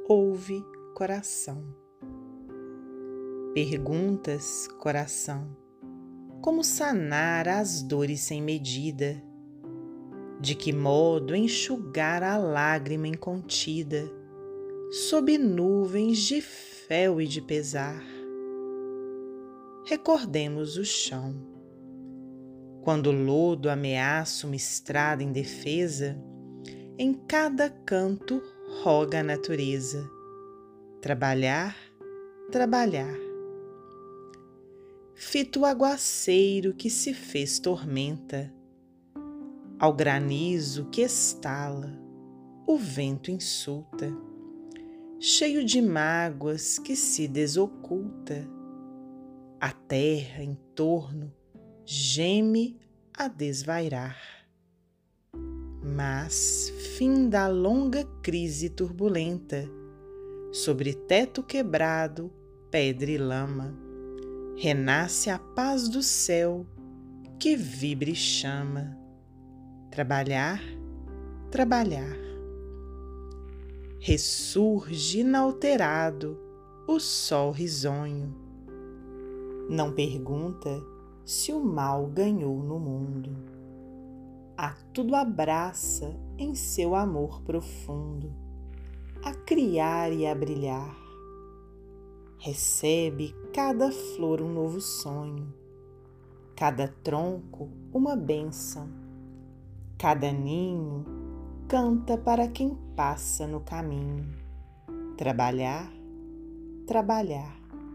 ouve, coração. Perguntas, coração, como sanar as dores sem medida? De que modo enxugar a lágrima incontida, sob nuvens de fel e de pesar? Recordemos o chão. Quando o lodo ameaça uma estrada indefesa, em cada canto roga a natureza: trabalhar, trabalhar. Fita o aguaceiro que se fez tormenta, ao granizo que estala, o vento insulta, cheio de mágoas que se desoculta. A terra em torno geme a desvairar. Mas, fim da longa crise turbulenta, sobre teto quebrado, pedra e lama, renasce a paz do céu que vibra e chama. Trabalhar, trabalhar. Ressurge inalterado o sol risonho. Não pergunta se o mal ganhou no mundo. A tudo abraça em seu amor profundo, a criar e a brilhar. Recebe cada flor um novo sonho, cada tronco uma bênção, cada ninho canta para quem passa no caminho. Trabalhar, trabalhar.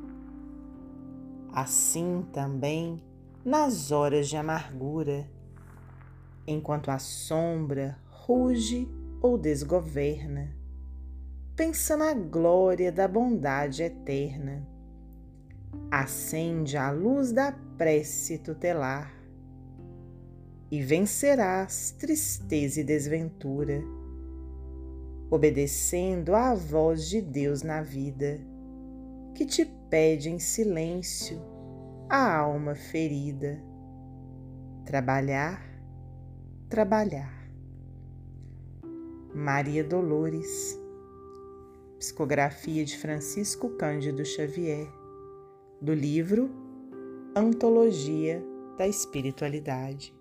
Assim também nas horas de amargura, enquanto a sombra ruge ou desgoverna, pensa na glória da bondade eterna. Acende a luz da prece tutelar e vencerás tristeza e desventura, obedecendo à voz de Deus na vida, que te pede em silêncio a alma ferida. Trabalhar, trabalhar. Maria Dolores. Psicografia de Francisco Cândido Xavier, do livro Antologia da Espiritualidade.